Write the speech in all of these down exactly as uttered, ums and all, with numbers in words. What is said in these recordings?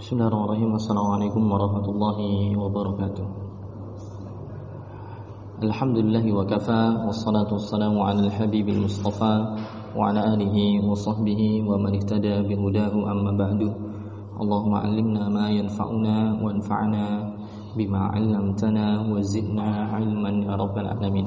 Bismillahirrahmanirrahim. Assalamualaikum warahmatullahi wabarakatuh. Alhamdulillahi wa kafa, wassalatu wassalamu ala al-habibil mustafa wa ala alihi wa sahbihi wa man ihtada bihudahu, amma ba'du. Allahumma allimna ma yanfa'una wa anfa'na bima 'allamtana wa zidna 'ilman ya rabbal alamin.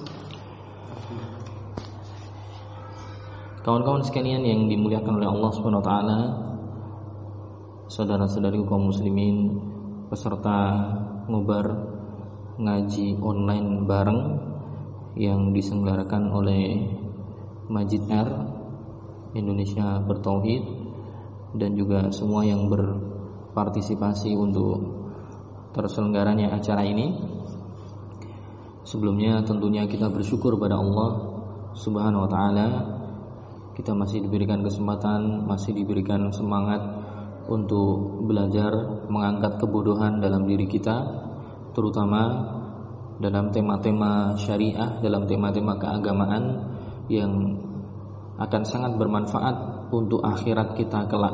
Kawan-kawan sekalian yang dimuliakan oleh Allah Subhanahu wa taala, saudara-saudari kaum muslimin, peserta ngobar ngaji online bareng yang diselenggarakan oleh Majid R Indonesia Bertauhid dan juga semua yang berpartisipasi untuk terselenggaranya acara ini. Sebelumnya tentunya kita bersyukur pada Allah Subhanahu wa taala, kita masih diberikan kesempatan, masih diberikan semangat untuk belajar mengangkat kebodohan dalam diri kita, terutama dalam tema-tema syariah, dalam tema-tema keagamaan yang akan sangat bermanfaat untuk akhirat kita kelak.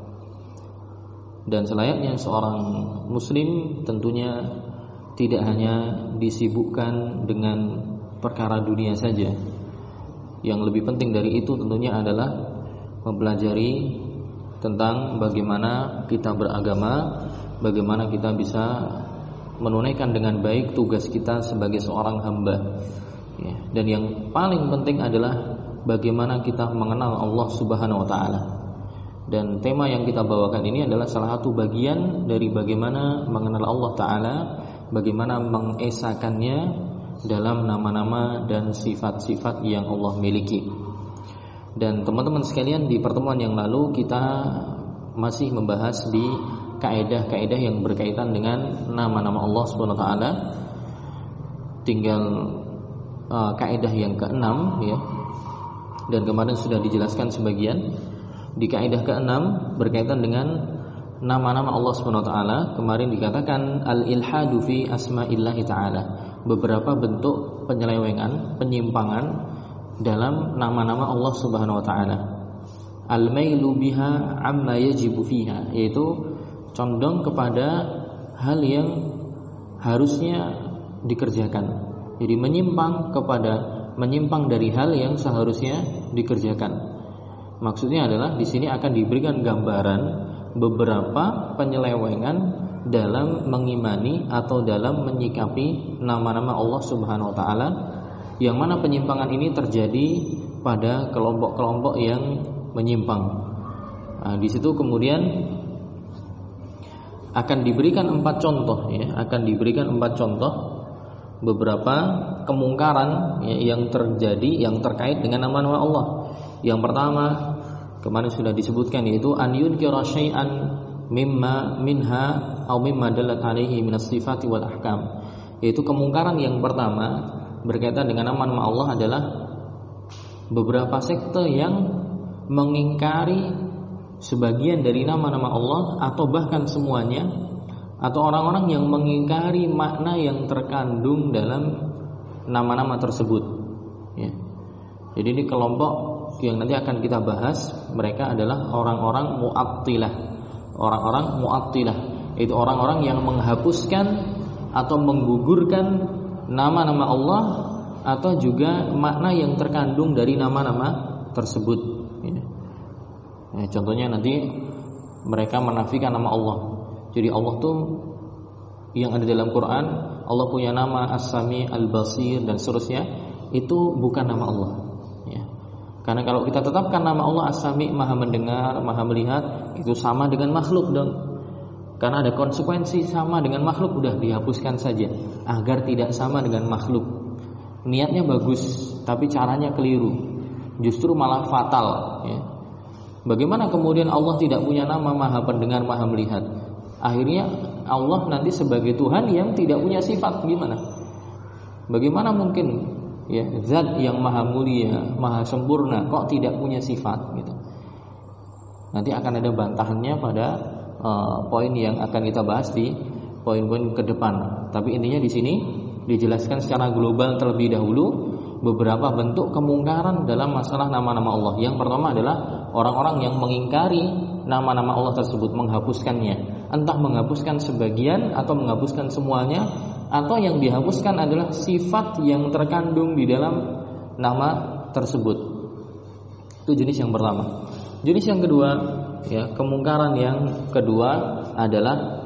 Dan selayaknya seorang muslim tentunya tidak hanya disibukkan dengan perkara dunia saja. Yang lebih penting dari itu tentunya adalah mempelajari tentang bagaimana kita beragama, bagaimana kita bisa menunaikan dengan baik tugas kita sebagai seorang hamba, ya. Dan yang paling penting adalah bagaimana kita mengenal Allah Subhanahu wa taala. Dan tema yang kita bawakan ini adalah salah satu bagian dari bagaimana mengenal Allah taala, bagaimana mengesakannya dalam nama-nama dan sifat-sifat yang Allah miliki. Dan teman-teman sekalian, di pertemuan yang lalu kita masih membahas di kaidah-kaidah yang berkaitan dengan nama-nama Allah Subhanahu wa taala. Tinggal uh, kaidah yang keenam, ya. Dan kemarin sudah dijelaskan sebagian. Di kaidah keenam berkaitan dengan nama-nama Allah Subhanahu wa taala, kemarin dikatakan al-ilhadu fi asma'illahi taala. Beberapa bentuk penyelewengan, penyimpangan dalam nama-nama Allah Subhanahu wa taala. Al-mailu biha amma yajibu fiha, yaitu condong kepada hal yang harusnya dikerjakan. Jadi menyimpang kepada menyimpang dari hal yang seharusnya dikerjakan. Maksudnya adalah di sini akan diberikan gambaran beberapa penyelewengan dalam mengimani atau dalam menyikapi nama-nama Allah Subhanahu wa taala, yang mana penyimpangan ini terjadi pada kelompok-kelompok yang menyimpang. Nah, di situ kemudian akan diberikan empat contoh, ya, akan diberikan empat contoh beberapa kemungkaran, ya, yang terjadi yang terkait dengan nama-nama Allah. Yang pertama kemarin sudah disebutkan, yaitu an yunkira syai'an mimma minha atau mimma dalat alaihi minas sifati wal ahkam, yaitu kemungkaran yang pertama berkaitan dengan nama-nama Allah adalah beberapa sekte yang mengingkari sebagian dari nama-nama Allah atau bahkan semuanya, atau orang-orang yang mengingkari makna yang terkandung dalam nama-nama tersebut, ya. Jadi ini kelompok yang nanti akan kita bahas, mereka adalah orang-orang mu'attilah. Orang-orang mu'attilah itu orang-orang yang menghapuskan atau menggugurkan nama-nama Allah atau juga makna yang terkandung dari nama-nama tersebut, ya. Nah, contohnya nanti mereka menafikan nama Allah. Jadi Allah tuh yang ada dalam Quran, Allah punya nama As-Sami, Al-Basir dan seterusnya, itu bukan nama Allah, ya. Karena kalau kita tetapkan nama Allah As-Sami, Maha mendengar, Maha melihat, itu sama dengan makhluk dong. Karena ada konsekuensi sama dengan makhluk, udah dihapuskan saja agar tidak sama dengan makhluk. Niatnya bagus, tapi caranya keliru, justru malah fatal, ya. Bagaimana kemudian Allah tidak punya nama Maha pendengar, Maha melihat? Akhirnya Allah nanti sebagai Tuhan yang tidak punya sifat, gimana? Bagaimana mungkin, ya, zat yang maha mulia, maha sempurna kok tidak punya sifat, gitu. Nanti akan ada bantahannya pada Uh, poin yang akan kita bahas di poin-poin ke depan. Tapi intinya di sini dijelaskan secara global terlebih dahulu beberapa bentuk kemungkaran dalam masalah nama-nama Allah. Yang pertama adalah orang-orang yang mengingkari nama-nama Allah tersebut, menghapuskannya. Entah menghapuskan sebagian atau menghapuskan semuanya, atau yang dihapuskan adalah sifat yang terkandung di dalam nama tersebut. Itu jenis yang pertama. Jenis yang kedua, ya, kemungkaran yang kedua adalah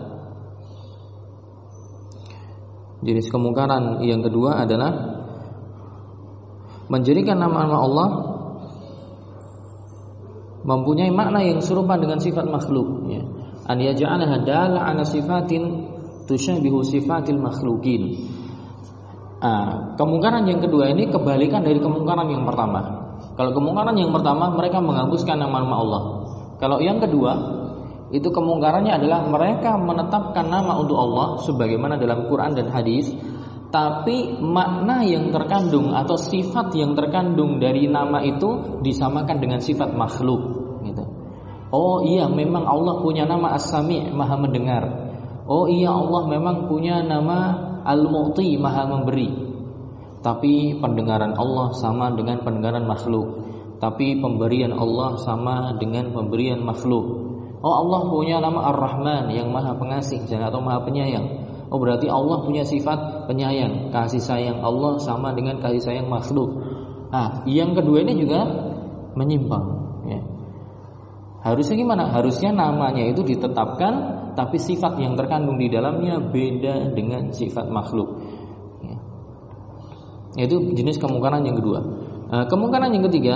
jenis kemungkaran yang kedua adalah menjadikan nama-nama Allah mempunyai makna yang serupa dengan sifat makhluk, ya. An yaj'alaha dalla 'ala sifatin tusyabihu sifatil makhlukin. Ah, kemungkaran yang kedua ini kebalikan dari kemungkaran yang pertama. Kalau kemungkaran yang pertama mereka menghapuskan nama-nama Allah. Kalau yang kedua itu kemungkarannya adalah mereka menetapkan nama untuk Allah sebagaimana dalam Quran dan hadis, tapi makna yang terkandung atau sifat yang terkandung dari nama itu disamakan dengan sifat makhluk, gitu. Oh iya, memang Allah punya nama As-Sami', Maha mendengar. Oh iya, Allah memang punya nama Al-Mu'ti, Maha memberi. Tapi pendengaran Allah sama dengan pendengaran makhluk. Tapi pemberian Allah sama dengan pemberian makhluk. Oh, Allah punya nama Ar-Rahman, yang Maha Pengasih atau Maha Penyayang. Oh, berarti Allah punya sifat penyayang, kasih sayang Allah sama dengan kasih sayang makhluk. Nah, yang kedua ini juga menyimpang, ya. Harusnya gimana? Harusnya namanya itu ditetapkan, tapi sifat yang terkandung di dalamnya beda dengan sifat makhluk, ya. Itu jenis kemungkaran yang kedua. Nah, kemungkaran yang ketiga,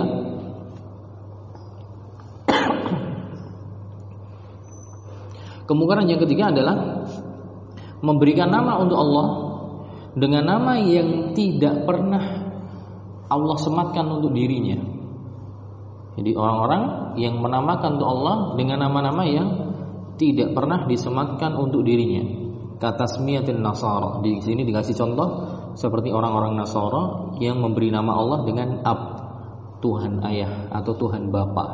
kemungkaran yang ketiga adalah memberikan nama untuk Allah dengan nama yang tidak pernah Allah sematkan untuk dirinya. Jadi orang-orang yang menamakan untuk Allah dengan nama-nama yang tidak pernah disematkan untuk dirinya. Kata tasmiyatin Nasara. Di sini dikasih contoh seperti orang-orang Nasara yang memberi nama Allah dengan Ab, Tuhan ayah atau Tuhan bapa.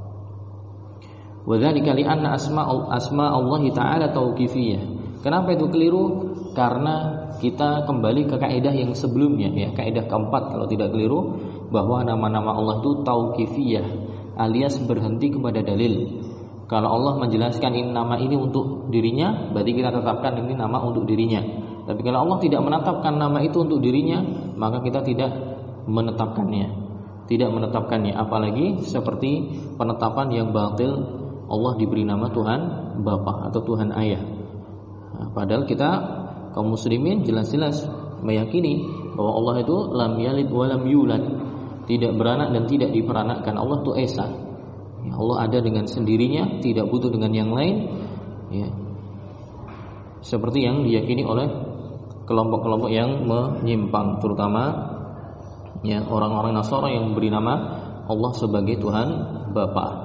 Wa dzalika li anna asma asma Allah taala tauqifiyah. Kenapa itu keliru? Karena kita kembali ke kaidah yang sebelumnya, ya, kaidah keempat kalau tidak keliru, bahwa nama-nama Allah itu tauqifiyah, alias berhenti kepada dalil. Kalau Allah menjelaskan ini nama ini untuk dirinya, berarti kita tetapkan ini nama untuk dirinya. Tapi kalau Allah tidak menetapkan nama itu untuk dirinya, maka kita tidak menetapkannya. Tidak menetapkannya, apalagi seperti penetapan yang batil, Allah diberi nama Tuhan Bapa atau Tuhan Ayah. Nah, padahal kita kaum muslimin jelas-jelas meyakini bahwa Allah itu lam yalid wa lam yulad, tidak beranak dan tidak diperanakkan. Allah itu esa, ya, Allah ada dengan sendirinya, tidak butuh dengan yang lain, ya. Seperti yang diyakini oleh kelompok-kelompok yang menyimpang, terutama ya orang-orang Nasara yang memberi nama Allah sebagai Tuhan Bapa.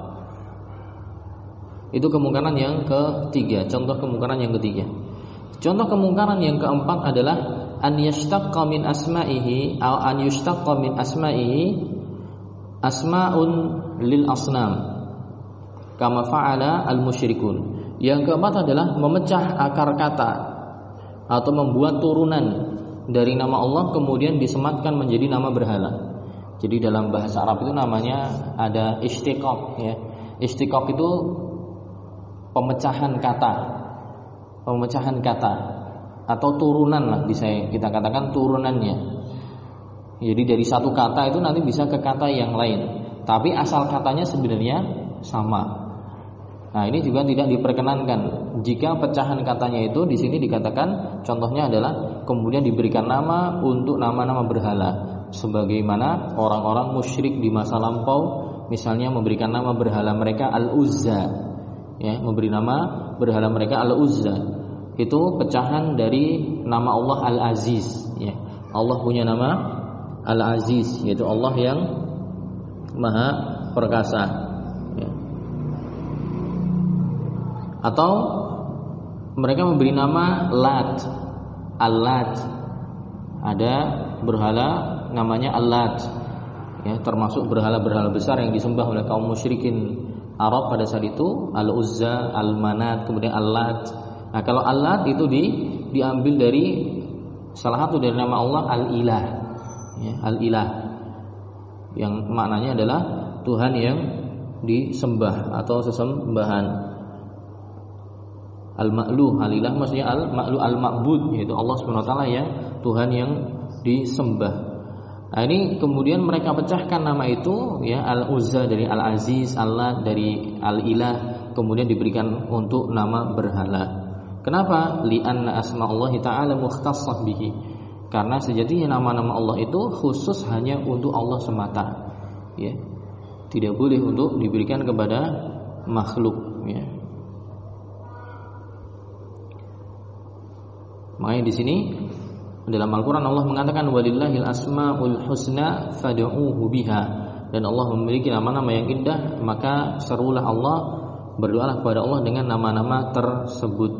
Itu kemungkaran yang ketiga, contoh kemungkaran yang ketiga. Contoh kemungkaran yang keempat adalah an yashtaqqa min asma'ihi atau an yushtaqqa min asma'ihi asma'un lil asnam kama fa'ala al musyrikun. Yang keempat adalah memecah akar kata atau membuat turunan dari nama Allah kemudian disematkan menjadi nama berhala. Jadi dalam bahasa Arab itu namanya ada istiqaq, ya. Istiqaq itu pemecahan kata, pemecahan kata atau turunan lah bisa kita katakan turunannya. Jadi dari satu kata itu nanti bisa ke kata yang lain, tapi asal katanya sebenarnya sama. Nah, ini juga tidak diperkenankan jika pecahan katanya itu di sini dikatakan contohnya adalah kemudian diberikan nama untuk nama-nama berhala, sebagaimana orang-orang musyrik di masa lampau misalnya memberikan nama berhala mereka Al-Uzza. Ya, memberi nama berhala mereka Al-Uzza. Itu pecahan dari nama Allah Al-Aziz, ya. Allah punya nama Al-Aziz, yaitu Allah yang Maha Perkasa, ya. Atau mereka memberi nama Lat, Al-Lat. Ada berhala namanya Al-Lat, ya, termasuk berhala-berhala besar yang disembah oleh kaum musyrikin Arab pada saat itu, Al-Uzza, Al-Manat, kemudian Al-Lat. Nah, kalau Al-Lat itu di, diambil dari salah satu dari nama Allah Al-Ilah, ya, Al-Ilah, yang maknanya adalah Tuhan yang disembah atau sesembahan. Al-ma'luh, alilah maksudnya al-ma'luh al-ma'bud, yaitu Allah Subhanahu wa taala yang Tuhan yang disembah. Nah, ini kemudian mereka pecahkan nama itu, ya, Al-Uzza dari Al-Aziz, Allah dari Al-Ilah, kemudian diberikan untuk nama berhala. Kenapa? Li'anna asma'ullahi ta'ala mukhtassah bihi. Karena sejatinya nama-nama Allah itu khusus hanya untuk Allah semata, ya. Tidak boleh untuk diberikan kepada makhluk, ya. Makanya di sini dalam Al-Quran Allah mengatakan walillahil asmaul husna fad'uuhu biha, dan Allah memiliki nama-nama yang indah, maka serulah Allah, berdoalah kepada Allah dengan nama-nama tersebut.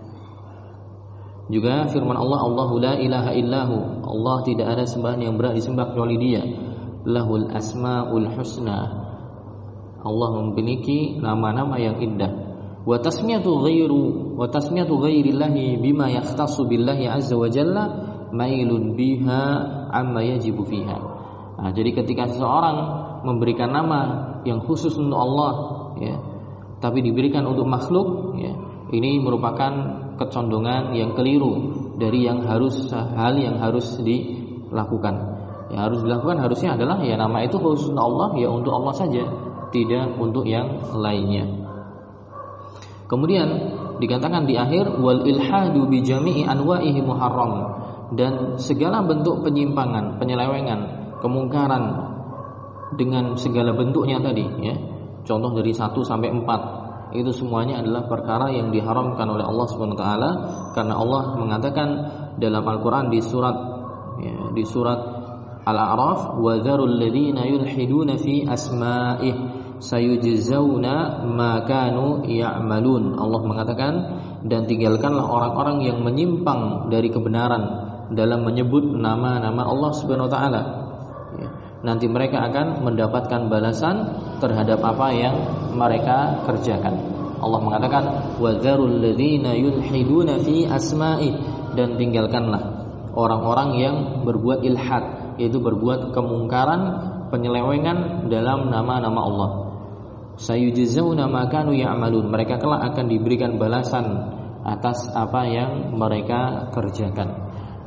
Juga firman Allah, Allahu la ilaha illahu, Allah tidak ada sembahan yang berhak disembah kecuali Dia. Lahul asmaul husna, Allah memiliki nama-nama yang indah. Wa tasmiyatu ghairu wa tasmiyatu ghairillahi bima yakhtassu billahi azza wa jalla mailun biha amma yajibu fiha. Nah, jadi ketika seseorang memberikan nama yang khusus untuk Allah, ya, tapi diberikan untuk makhluk, ya, ini merupakan kecondongan yang keliru dari yang harus hal yang harus dilakukan. Yang harus dilakukan harusnya adalah ya nama itu khusus untuk Allah, ya untuk Allah saja, tidak untuk yang lainnya. Kemudian dikatakan di akhir wal ilhadu bi jami'i anwa'ihi muharram, dan segala bentuk penyimpangan, penyelewengan, kemungkaran dengan segala bentuknya tadi, ya. Contoh dari satu sampai empat itu semuanya adalah perkara yang diharamkan oleh Allah Subhanahu wa taala, karena Allah mengatakan dalam Al-Qur'an di surat, ya, di surat Al-A'raf, wa dzarul ladzina yulhiduna fi asma'ih sayujzauna ma kanu ya'malun. Allah mengatakan, dan tinggalkanlah orang-orang yang menyimpang dari kebenaran dalam menyebut nama-nama Allah Subhanahu wa taala. Ya, nanti mereka akan mendapatkan balasan terhadap apa yang mereka kerjakan. Allah mengatakan, wa dzarul ladzina yulhiduna fi asma'i, dan tinggalkanlah orang-orang yang berbuat ilhad, yaitu berbuat kemungkaran, penyelewengan dalam nama-nama Allah. Sayujzauna ma kanu ya'malun, mereka kelak akan diberikan balasan atas apa yang mereka kerjakan.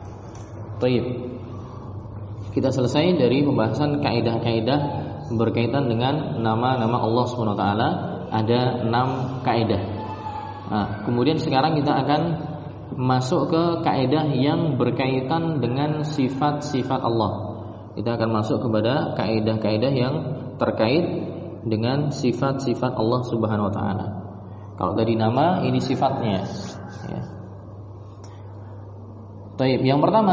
Baik. Kita selesai dari pembahasan kaidah-kaidah berkaitan dengan nama-nama Allah Subhanahu wa taala. Ada enam kaidah. Nah, kemudian sekarang kita akan masuk ke kaidah yang berkaitan dengan sifat-sifat Allah. Kita akan masuk kepada kaidah-kaidah yang terkait dengan sifat-sifat Allah Subhanahu wa taala. Kalau tadi nama, ini sifatnya, ya. Baik, yang pertama,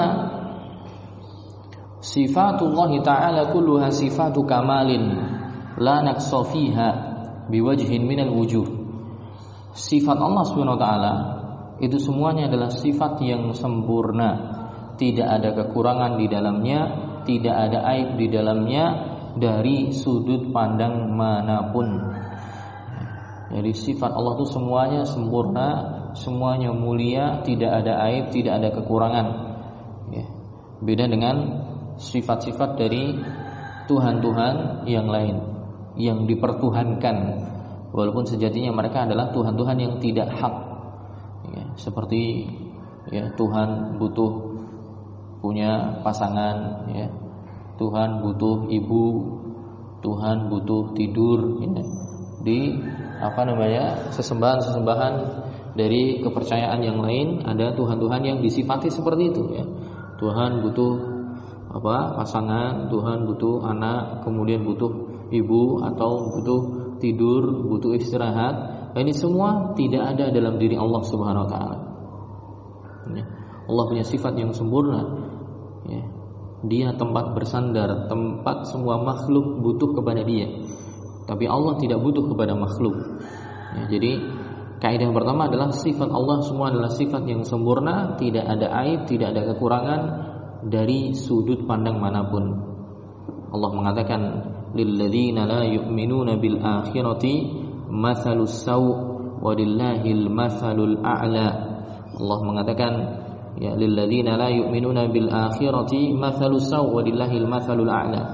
sifatullah ta'ala kulluha sifatu kamalin la naqsa fiha biwajhin minal wujuh. Sifat Allah Subhanahu wa taala itu semuanya adalah sifat yang sempurna, tidak ada kekurangan di dalamnya, tidak ada aib di dalamnya dari sudut pandang manapun. Jadi sifat Allah itu semuanya sempurna, semuanya mulia, tidak ada aib, tidak ada kekurangan, ya. Beda dengan sifat-sifat dari Tuhan-Tuhan yang lain yang dipertuhankan, walaupun sejatinya mereka adalah Tuhan-Tuhan yang tidak hak, ya. Seperti, ya, Tuhan butuh punya pasangan, ya. Tuhan butuh ibu, Tuhan butuh tidur, ya. Di apa namanya sesembahan-sesembahan dari kepercayaan yang lain ada Tuhan-Tuhan yang disifati seperti itu, ya. Tuhan butuh apa pasangan, Tuhan butuh anak, kemudian butuh ibu, atau butuh tidur, butuh istirahat. Nah, ini semua tidak ada dalam diri Allah Subhanahu wa taala, ya. Allah punya sifat yang sempurna, ya. Dia tempat bersandar, tempat semua makhluk butuh kepada Dia. Tapi Allah tidak butuh kepada makhluk, ya. Jadi kaidah yang pertama adalah sifat Allah semua adalah sifat yang sempurna, tidak ada aib, tidak ada kekurangan dari sudut pandang manapun. Allah mengatakan, lilladzina la yu'minuna bil akhirati matsalus saw' walillahil matsalul a'la. Allah mengatakan, ya, lilladzina la yu'minuna bil akhirati matsalus saw' walillahil matsalul a'la.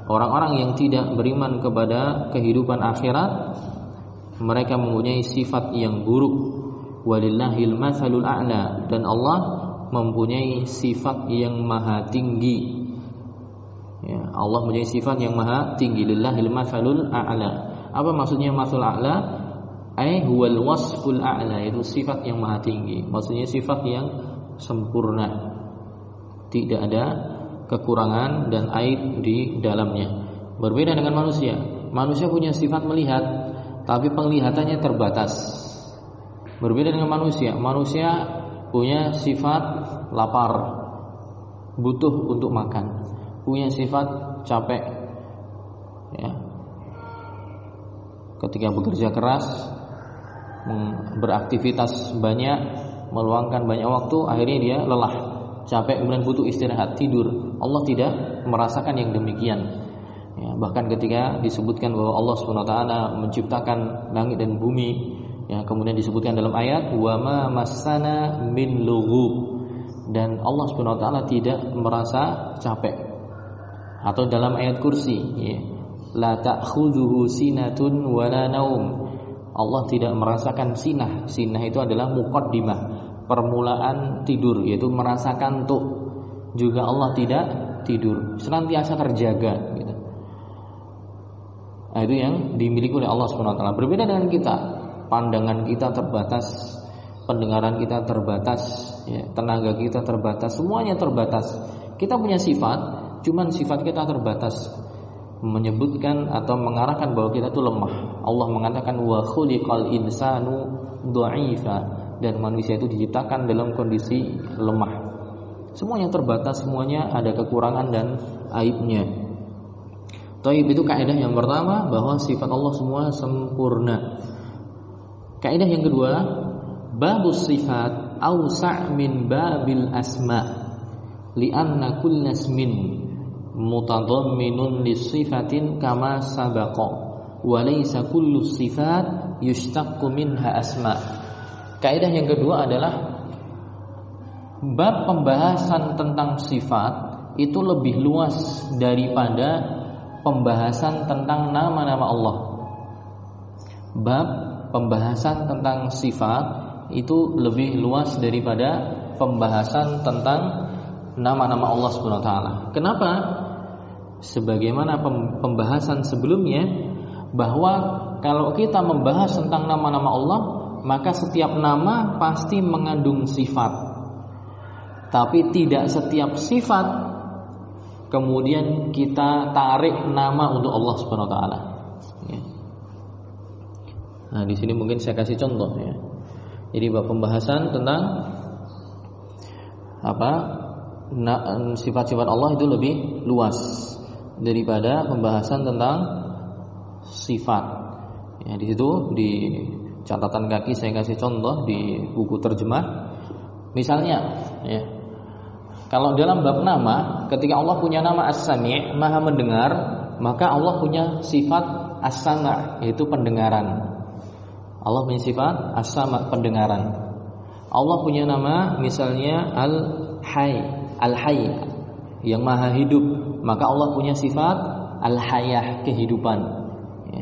orang-orang yang tidak beriman kepada kehidupan akhirat, mereka mempunyai sifat yang buruk. Walillahil matsalul a'la, dan Allah mempunyai sifat yang maha tinggi. Ya, Allah mempunyai sifat yang maha tinggi. Lillahil matsalul a'la. Apa maksudnya matsalul a'la? Ai huwal wasful a'la, itu sifat yang maha tinggi. Maksudnya sifat yang sempurna. Tidak ada kekurangan dan aib di dalamnya. Berbeda dengan manusia. Manusia punya sifat melihat, tapi penglihatannya terbatas. Berbeda dengan manusia. Manusia punya sifat lapar, butuh untuk makan. Punya sifat capek, ya. Ketika bekerja keras, beraktivitas banyak, meluangkan banyak waktu, akhirnya dia lelah, capek, kemudian butuh istirahat, tidur. Allah tidak merasakan yang demikian. Ya, bahkan ketika disebutkan bahwa Allah subhanahu wa taala menciptakan langit dan bumi, ya, kemudian disebutkan dalam ayat wa ma massana min lughub, dan Allah subhanahu wa taala tidak merasa capek. Atau dalam ayat kursi, ya, la ta'khudhuhu sinatun wala naum, Allah tidak merasakan sinah. Sinah itu adalah muqaddimah, permulaan tidur, yaitu merasa kantuk. Juga Allah tidak tidur, senantiasa terjaga, gitu. Nah, itu yang dimiliki oleh Allah subhanahu wa taala. Berbeda dengan kita, pandangan kita terbatas, pendengaran kita terbatas, ya, tenaga kita terbatas, semuanya terbatas. Kita punya sifat, cuman sifat kita terbatas, menyebutkan atau mengarahkan bahwa kita itu lemah. Allah mengatakan wa khuliqal insanu dha'ifa, dan manusia itu diciptakan dalam kondisi lemah. Semuanya terbatas, semuanya ada kekurangan dan aibnya. Taib, itu kaidah yang pertama, bahwa sifat Allah semua sempurna. Kaidah yang kedua, babus sifat awsa' min babil asma', li'anna kulla ismin mutadhamminun lisifatin kama sabaqa, wa laysa kullu sifat yushtaqqu minha asma'. Kaidah yang kedua adalah bab pembahasan tentang sifat itu lebih luas daripada pembahasan tentang nama-nama Allah. Bab pembahasan tentang sifat itu lebih luas daripada pembahasan tentang nama-nama Allah subhanahu wa taala. Kenapa? Sebagaimana pembahasan sebelumnya, bahwa kalau kita membahas tentang nama-nama Allah, maka setiap nama pasti mengandung sifat. Tapi tidak setiap sifat kemudian kita tarik nama untuk Allah subhanahu wa taala. Ya. Nah, di sini mungkin saya kasih contoh, ya. Jadi bab pembahasan tentang apa? Nah, sifat-sifat Allah itu lebih luas daripada pembahasan tentang sifat. Ya, di situ di catatan kaki saya kasih contoh di buku terjemah. Misalnya, ya, kalau dalam bab nama, ketika Allah punya nama As-Sami', Maha mendengar, maka Allah punya sifat As-Sama', yaitu pendengaran. Allah punya sifat As-Sama', pendengaran. Allah punya nama misalnya Al-Hayy, Al-Hayy, yang Maha hidup, maka Allah punya sifat Al-Hayah, kehidupan. Ya.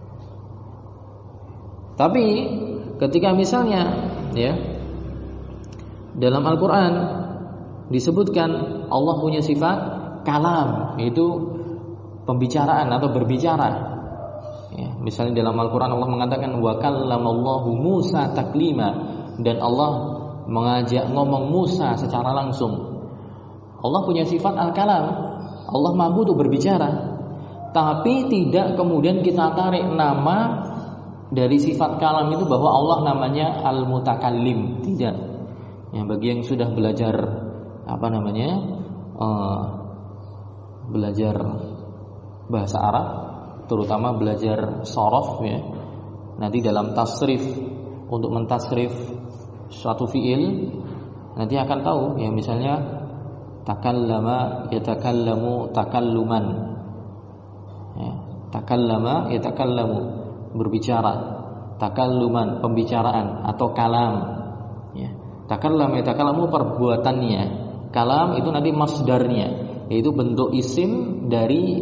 Tapi ketika misalnya, ya, dalam Al-Quran disebutkan Allah punya sifat kalam, yaitu pembicaraan atau berbicara. Ya, misalnya dalam Al-Quran Allah mengatakan wa kallamallahu Musa taklima, dan Allah mengajak ngomong Musa secara langsung. Allah punya sifat al-kalam, Allah mampu untuk berbicara. Tapi tidak kemudian kita tarik nama dari sifat kalam itu bahwa Allah namanya al-mutakallim. Tidak. Ya, bagi yang sudah belajar apa namanya uh, belajar bahasa Arab, terutama belajar shorof, ya, nanti dalam tasrif, untuk mentasrif suatu fiil nanti akan tahu, ya, misalnya takallama yatakallamu takalluman, ya, takallama yatakallamu berbicara, takalluman pembicaraan atau kalam, ya. Takallama yatakallamu perbuatannya, kalam itu nanti masdarnya, yaitu bentuk isim dari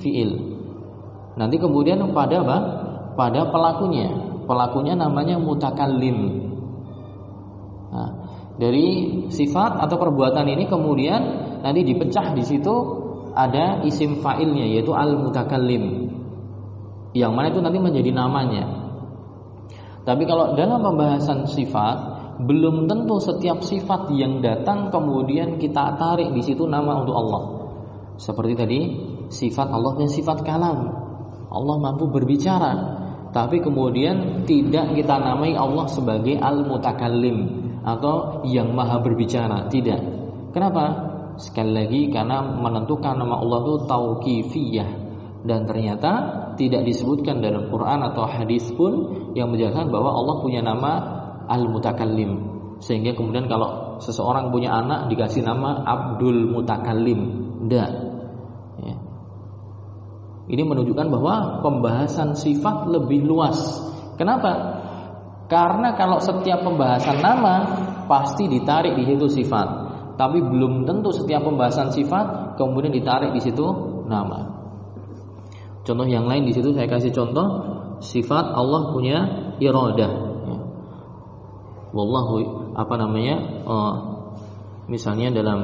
fiil. Nanti kemudian pada apa? Pada pelakunya. Pelakunya namanya mutakallim. Nah, dari sifat atau perbuatan ini kemudian nanti dipecah di situ ada isim fa'ilnya yaitu al-mutakallim. Yang mana itu nanti menjadi namanya. Tapi kalau dalam pembahasan sifat belum tentu setiap sifat yang datang kemudian kita tarik di situ nama untuk Allah. Seperti tadi sifat Allah dan sifat kalam. Allah mampu berbicara, tapi kemudian tidak kita namai Allah sebagai al-mutakallim atau yang maha berbicara, tidak. Kenapa? Sekali lagi karena menentukan nama Allah itu tauqifiyah, dan ternyata tidak disebutkan dalam Quran atau hadis pun yang menjelaskan bahwa Allah punya nama al-mutakallim. Sehingga kemudian kalau seseorang punya anak dikasih nama Abdul Mutakallim, tidak. Ya. Ini menunjukkan bahwa pembahasan sifat lebih luas. Kenapa? Karena kalau setiap pembahasan nama pasti ditarik di situ sifat, tapi belum tentu setiap pembahasan sifat kemudian ditarik di situ nama. Contoh yang lain di situ saya kasih contoh sifat Allah punya iradah. Ya. Wallahu apa namanya? Uh, misalnya dalam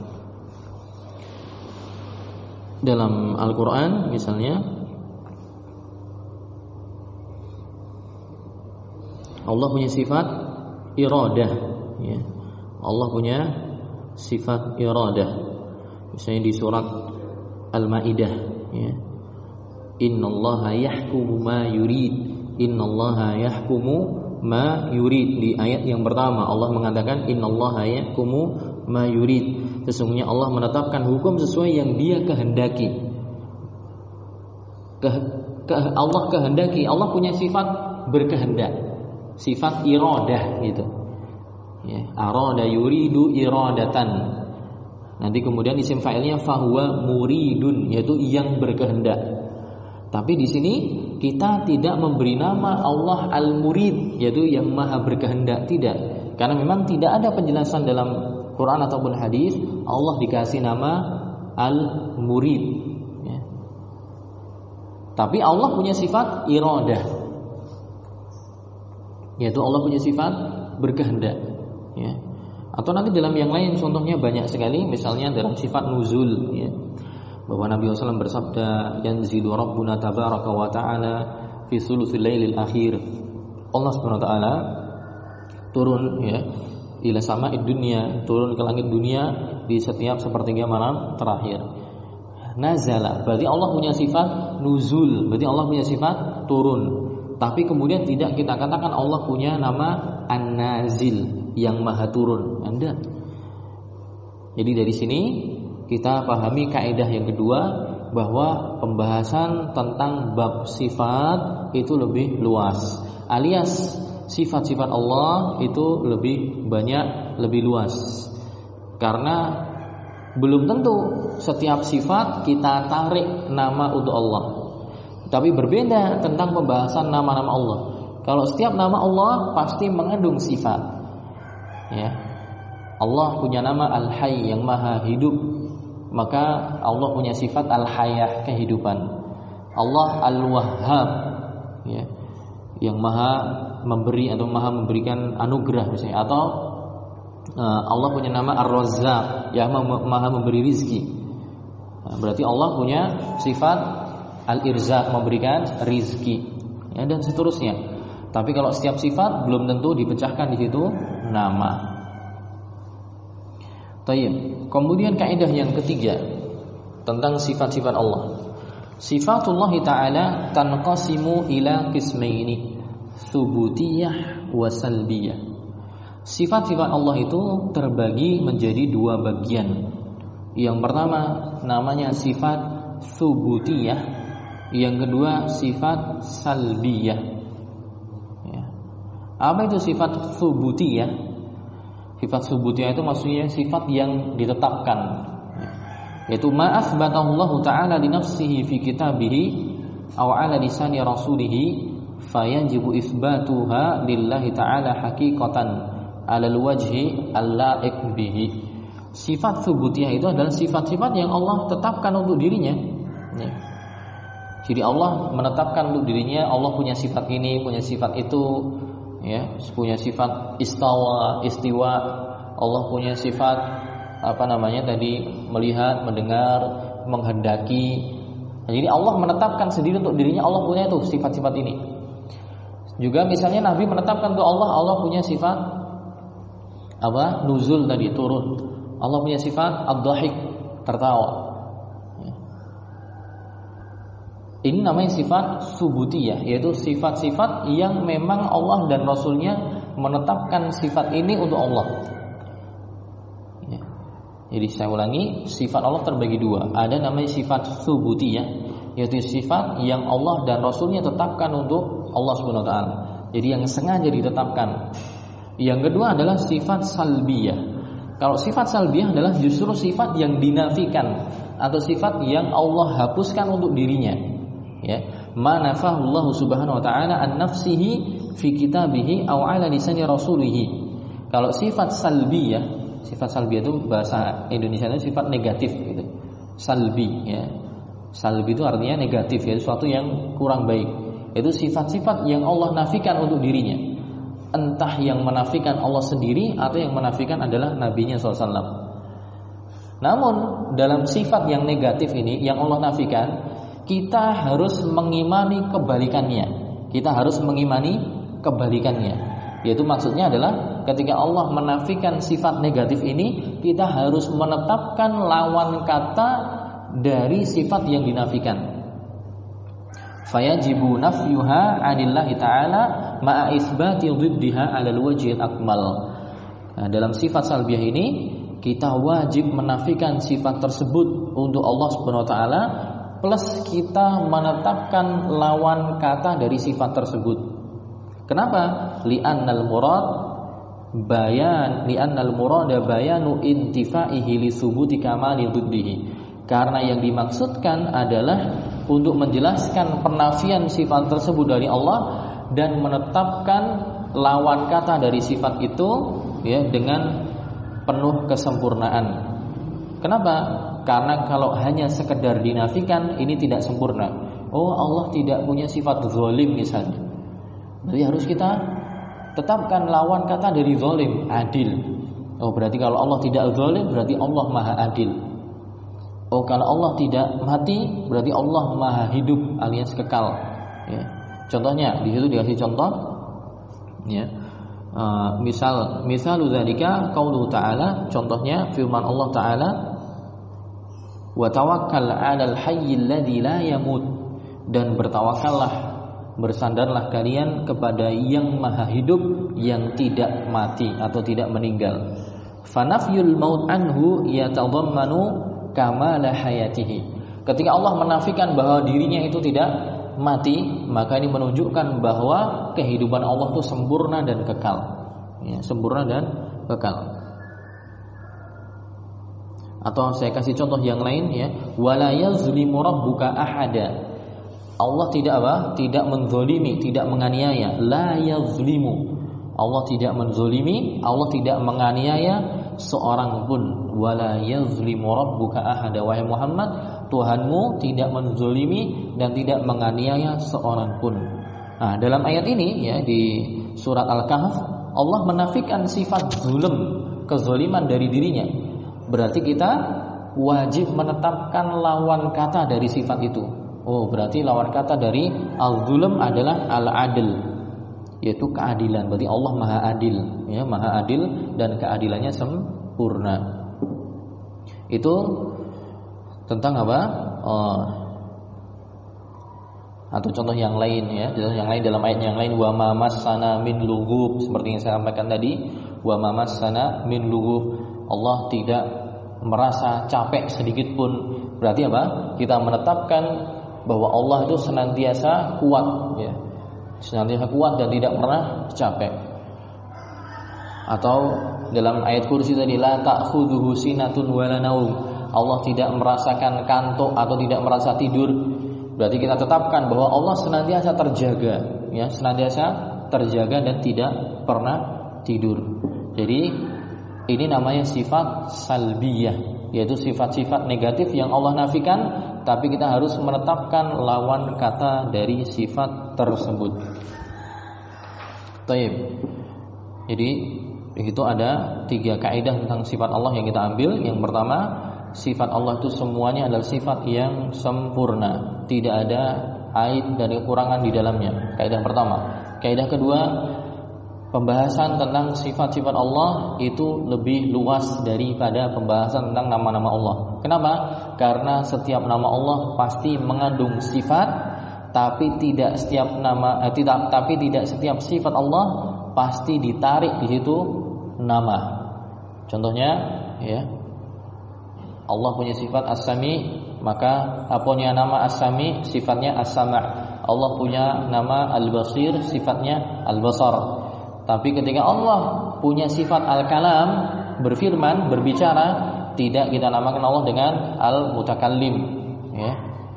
dalam Al-Quran misalnya Allah punya sifat iradah, ya. Allah punya sifat iradah. Misalnya di surat Al-Maidah, ya. Innallaha yahkumu ma yurid. Innallaha yahkumu ma yurid. Di ayat yang pertama Allah mengatakan innallaha yahkumu ma yurid. Sesungguhnya Allah menetapkan hukum sesuai yang Dia kehendaki. Ke, ke, Allah kehendaki. Allah punya sifat berkehendak, sifat iradah gitu. Ya, arada yuridu iradatan. Nanti kemudian isim fa'ilnya fahuwa muridun, yaitu yang berkehendak. Tapi di sini kita tidak memberi nama Allah Al-Murid, yaitu yang maha berkehendak, tidak. Karena memang tidak ada penjelasan dalam Quran ataupun hadis Allah dikasih nama Al-Murid, ya. Tapi Allah punya sifat iradah, yaitu Allah punya sifat berkehendak, ya. Atau nanti dalam yang lain contohnya banyak sekali. Misalnya dalam sifat nuzul, ya, bahwa Nabi shallallahu alaihi wasallam bersabda yanzilu rabbuna tabaraka wa ta'ala fi sulusil lailil akhir. Allah subhanahu wa ta'ala turun, ya, ila sama'id dunya, turun ke langit dunia di setiap sepertiga malam terakhir. Nazala, berarti Allah punya sifat nuzul, berarti Allah punya sifat turun. Tapi kemudian tidak kita katakan Allah punya nama An-Nazil, yang maha turun. Anda. Jadi dari sini kita pahami kaidah yang kedua, bahwa pembahasan tentang bab sifat itu lebih luas, alias sifat-sifat Allah itu lebih banyak, lebih luas. Karena belum tentu setiap sifat kita tarik nama untuk Allah. Tapi berbeda tentang pembahasan nama-nama Allah. Kalau setiap nama Allah pasti mengandung sifat, ya. Allah punya nama Al-Hayy, yang maha hidup, maka Allah punya sifat Al-Hayah, kehidupan. Allah Al-Wahhab, ya, yang maha memberi atau maha memberikan anugerah misalnya. Atau uh, Allah punya nama Ar-Razzaq, yang maha memberi rizki. Nah, berarti Allah punya sifat Al-Irzaq, memberikan rizki, ya, dan seterusnya. Tapi kalau setiap sifat belum tentu dipecahkan di situ nama. Tayyib. Kemudian kaidah yang ketiga tentang sifat-sifat Allah. Sifatullah Ta'ala tanqasimu ila qismaini, tsubutiyah wa salbiyah. Sifat-sifat Allah itu terbagi menjadi dua bagian. Yang pertama namanya sifat tsubutiyah, yang kedua sifat salbiyah. Ya. Apa itu sifat tsubutiyah? Sifat subutiyah itu maksudnya sifat yang ditetapkan, yaitu ma athbatahu Allah Ta'ala li nafsihi fi kitabihi aw ala lisani rasulih fayajibu itsbatuha lillahi ta'ala haqiqatan ala alwajhi allaiq bihi. Sifat subutiyah itu adalah sifat-sifat yang Allah tetapkan untuk dirinya, ya. Jadi Allah menetapkan untuk dirinya, Allah punya sifat ini, punya sifat itu, ya, punya sifat istawa, istiwa. Allah punya sifat apa namanya tadi, melihat, mendengar, menghendaki. Jadi Allah menetapkan sendiri untuk dirinya, Allah punya itu sifat-sifat ini. Juga misalnya Nabi menetapkan untuk Allah, Allah punya sifat apa? Nuzul tadi, turun. Allah punya sifat ad-dhahik, tertawa. Ini namanya sifat subutiyah, yaitu sifat-sifat yang memang Allah dan Rasulnya menetapkan sifat ini untuk Allah. Ya. Jadi saya ulangi, sifat Allah terbagi dua. Ada namanya sifat subutiyah, yaitu sifat yang Allah dan Rasulnya tetapkan untuk Allah subhanahu wa taala. Jadi yang sengaja ditetapkan. Yang kedua adalah sifat salbiyah. Kalau sifat salbiyah adalah justru sifat yang dinafikan atau sifat yang Allah hapuskan untuk dirinya. Ya, ma nafahullahu subhanahu wa ta'ala an nafsihi fi kitabihi aw ala lisani rasulih. Kalau sifat salbiyah, sifat salbiyah itu bahasa Indonesia itu sifat negatif gitu. Salbi, ya. Salbi itu artinya negatif, ya, sesuatu yang kurang baik. Itu sifat-sifat yang Allah nafikan untuk dirinya. Entah yang menafikan Allah sendiri atau yang menafikan adalah nabinya shallallahu alaihi wasallam. Namun dalam sifat yang negatif ini yang Allah nafikan, kita harus mengimani kebalikannya. Kita harus mengimani kebalikannya. Yaitu maksudnya adalah ketika Allah menafikan sifat negatif ini, kita harus menetapkan lawan kata dari sifat yang dinafikan. Fayajibu nafyuha 'anillahi ta'ala ma'a isbati dhiddiha 'alal wajhil akmal. Nah, dalam sifat salbiyah ini kita wajib menafikan sifat tersebut untuk Allah Subhanahu wa taala, plus kita menetapkan lawan kata dari sifat tersebut. Kenapa? Li'annal murad bayan li'annal murada bayanu intifaihi li subuti kamali dhiddihi. Karena yang dimaksudkan adalah untuk menjelaskan penafian sifat tersebut dari Allah dan menetapkan lawan kata dari sifat itu, ya, dengan penuh kesempurnaan. Kenapa? Karena kalau hanya sekedar dinafikan ini tidak sempurna. Oh, Allah tidak punya sifat zalim misalnya. Berarti harus kita tetapkan lawan kata dari zalim, adil. Oh, berarti kalau Allah tidak zalim berarti Allah Maha Adil. Oh, kalau Allah tidak mati berarti Allah Maha Hidup alias kekal. Ya. Contohnya di situ dikasih contoh. Ya. Uh, misal misalu dzalika qaulu ta'ala, contohnya firman Allah Ta'ala, wa tawakkal 'alal hayyil ladzi la yamut, dan bertawakallah, bersandarlah kalian kepada yang maha hidup yang tidak mati atau tidak meninggal. Fanafyul maut anhu yatadhammanu kamala hayatihi. Ketika Allah menafikan bahwa dirinya itu tidak mati, maka ini menunjukkan bahwa kehidupan Allah itu sempurna dan kekal. Ya, sempurna dan kekal. Atau saya kasih contoh yang lain, ya, wala yazlimu rabbuka ahada. Allah tidak apa? Tidak menzalimi, tidak menganiaya. La yazlimu. Allah tidak menzalimi, Allah tidak menganiaya seorang pun. Wala yazlimu rabbuka ahada. Wahai Muhammad, Tuhanmu tidak menzalimi dan tidak menganiaya seorang pun. Nah, dalam ayat ini, ya, di surat Al-Kahf, Allah menafikan sifat zulm, kezaliman dari dirinya. Berarti kita wajib menetapkan lawan kata dari sifat itu. Oh, berarti lawan kata dari al-zulm adalah al-adl, yaitu keadilan. Berarti Allah Maha Adil, ya, Maha Adil dan keadilannya sempurna. Itu tentang apa? Oh, atau contoh yang lain, ya, contoh yang lain dalam ayat yang lain, wa ma massana min lughub, seperti yang saya sampaikan tadi, wa ma massana min lughub. Allah tidak merasa capek sedikit pun. Berarti apa? Kita menetapkan bahwa Allah itu senantiasa kuat, ya, senantiasa kuat dan tidak pernah capek. Atau dalam ayat kursi tadi, la ta'khudhuhu sinatun wala naum. Allah tidak merasakan kantuk atau tidak merasa tidur. Berarti kita tetapkan bahwa Allah senantiasa terjaga, ya, senantiasa terjaga dan tidak pernah tidur. Jadi ini namanya sifat salbiyah. yaitu sifat-sifat negatif yang Allah nafikan, tapi kita harus menetapkan lawan kata dari sifat tersebut. Taib. Jadi itu ada tiga kaidah tentang sifat Allah yang kita ambil. Yang pertama, sifat Allah itu semuanya adalah sifat yang sempurna, tidak ada aib dan kekurangan di dalamnya. Kaidah pertama. Kaidah kedua, pembahasan tentang sifat-sifat Allah itu lebih luas daripada pembahasan tentang nama-nama Allah. Kenapa? Karena setiap nama Allah pasti mengandung sifat, tapi tidak setiap nama eh, tidak tapi tidak setiap sifat Allah pasti ditarik di situ nama. Contohnya, ya, Allah punya sifat As-Sami, maka punya nama As-Sami, sifatnya As-Sama'. Allah punya nama Al-Basir, sifatnya Al-Basar. Tapi ketika Allah punya sifat Al-Kalam, berfirman, berbicara, tidak kita namakan Allah dengan Al-Mutakallim, ya,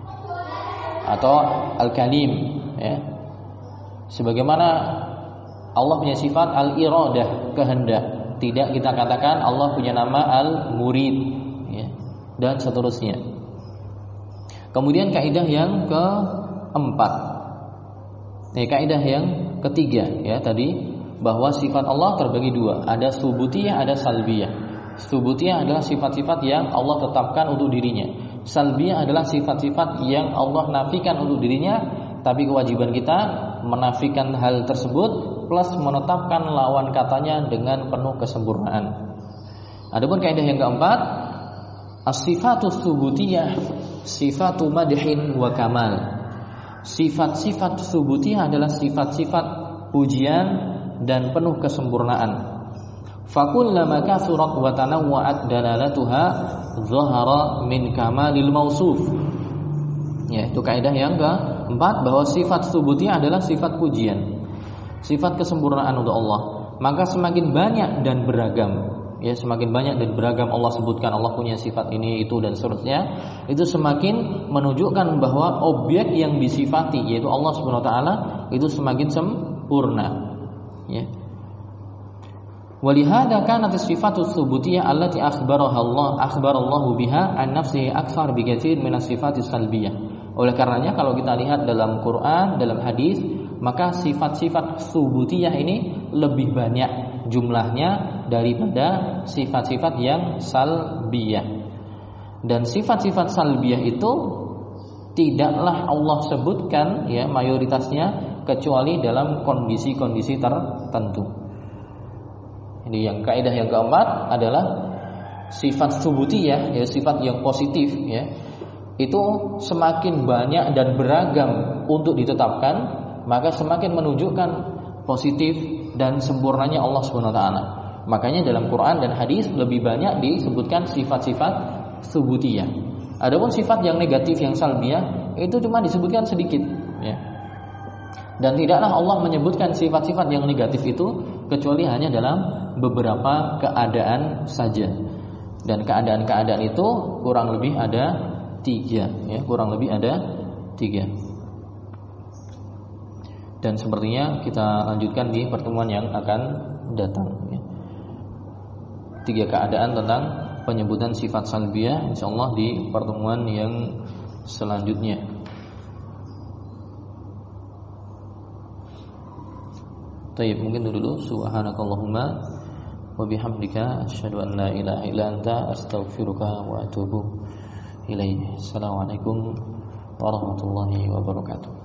atau Al-Kalim, ya. Sebagaimana Allah punya sifat Al-Iradah, kehendak, tidak kita katakan Allah punya nama Al-Murid, ya, dan seterusnya. Kemudian kaidah yang keempat, ya, kaidah yang ketiga, ya, tadi bahwa sifat Allah terbagi dua, ada subutiyah, ada salbiyah. Subutiyah adalah sifat-sifat yang Allah tetapkan untuk dirinya. Salbiyah adalah sifat-sifat yang Allah nafikan untuk dirinya, tapi kewajiban kita menafikan hal tersebut plus menetapkan lawan katanya dengan penuh kesempurnaan. Adapun kaidah yang keempat, as-sifatu subutiyah sifatu madhin wa kamal. Sifat-sifat subutiyah adalah sifat-sifat pujian dan penuh kesempurnaan. Fakullama kasurat wa tanawwa'at dalalatuha dhahara min kamalil mausuf. Ya, itu kaidah yang keempat, bahwa sifat subutiyah adalah sifat pujian, sifat kesempurnaan untuk Allah. Maka semakin banyak dan beragam, ya, semakin banyak dan beragam Allah sebutkan Allah punya sifat ini, itu, dan seterusnya, itu semakin menunjukkan bahwa objek yang disifati, yaitu Allah Subhanahu wa taala, itu semakin sempurna, ya. Walihada kanat as-sifatu tsubutiyah allati akhbaraha Allah akhbarallahu biha an nafsihi akthar bi katsir min as-sifati salbiyah. Oleh karenanya kalau kita lihat dalam Quran, dalam hadis, maka sifat-sifat tsubutiyah ini lebih banyak jumlahnya daripada sifat-sifat yang salbiyah. Dan sifat-sifat salbiyah itu tidaklah Allah sebutkan, ya, mayoritasnya kecuali dalam kondisi-kondisi tertentu. Ini yang kaidah yang keempat adalah sifat subutiyah, ya, sifat yang positif, ya, itu semakin banyak dan beragam untuk ditetapkan, maka semakin menunjukkan positif dan sempurnanya Allah Subhanahu wa taala. Makanya dalam Quran dan hadis lebih banyak disebutkan sifat-sifat subutiyah. Adapun sifat yang negatif, yang salbiyah, itu cuma disebutkan sedikit, ya. Dan tidaklah Allah menyebutkan sifat-sifat yang negatif itu kecuali hanya dalam beberapa keadaan saja. Dan keadaan-keadaan itu kurang lebih ada tiga, ya, kurang lebih ada tiga. Dan sepertinya kita lanjutkan di pertemuan yang akan datang, ya. Tiga keadaan tentang penyebutan sifat salbiyah, insyaallah di pertemuan yang selanjutnya. Baik, mungkin dulu. Subhanakallahumma wa bihamdika asyhadu an la ilaha illa anta astaghfiruka wa atubu ilaik. Assalamualaikum warahmatullahi wabarakatuh.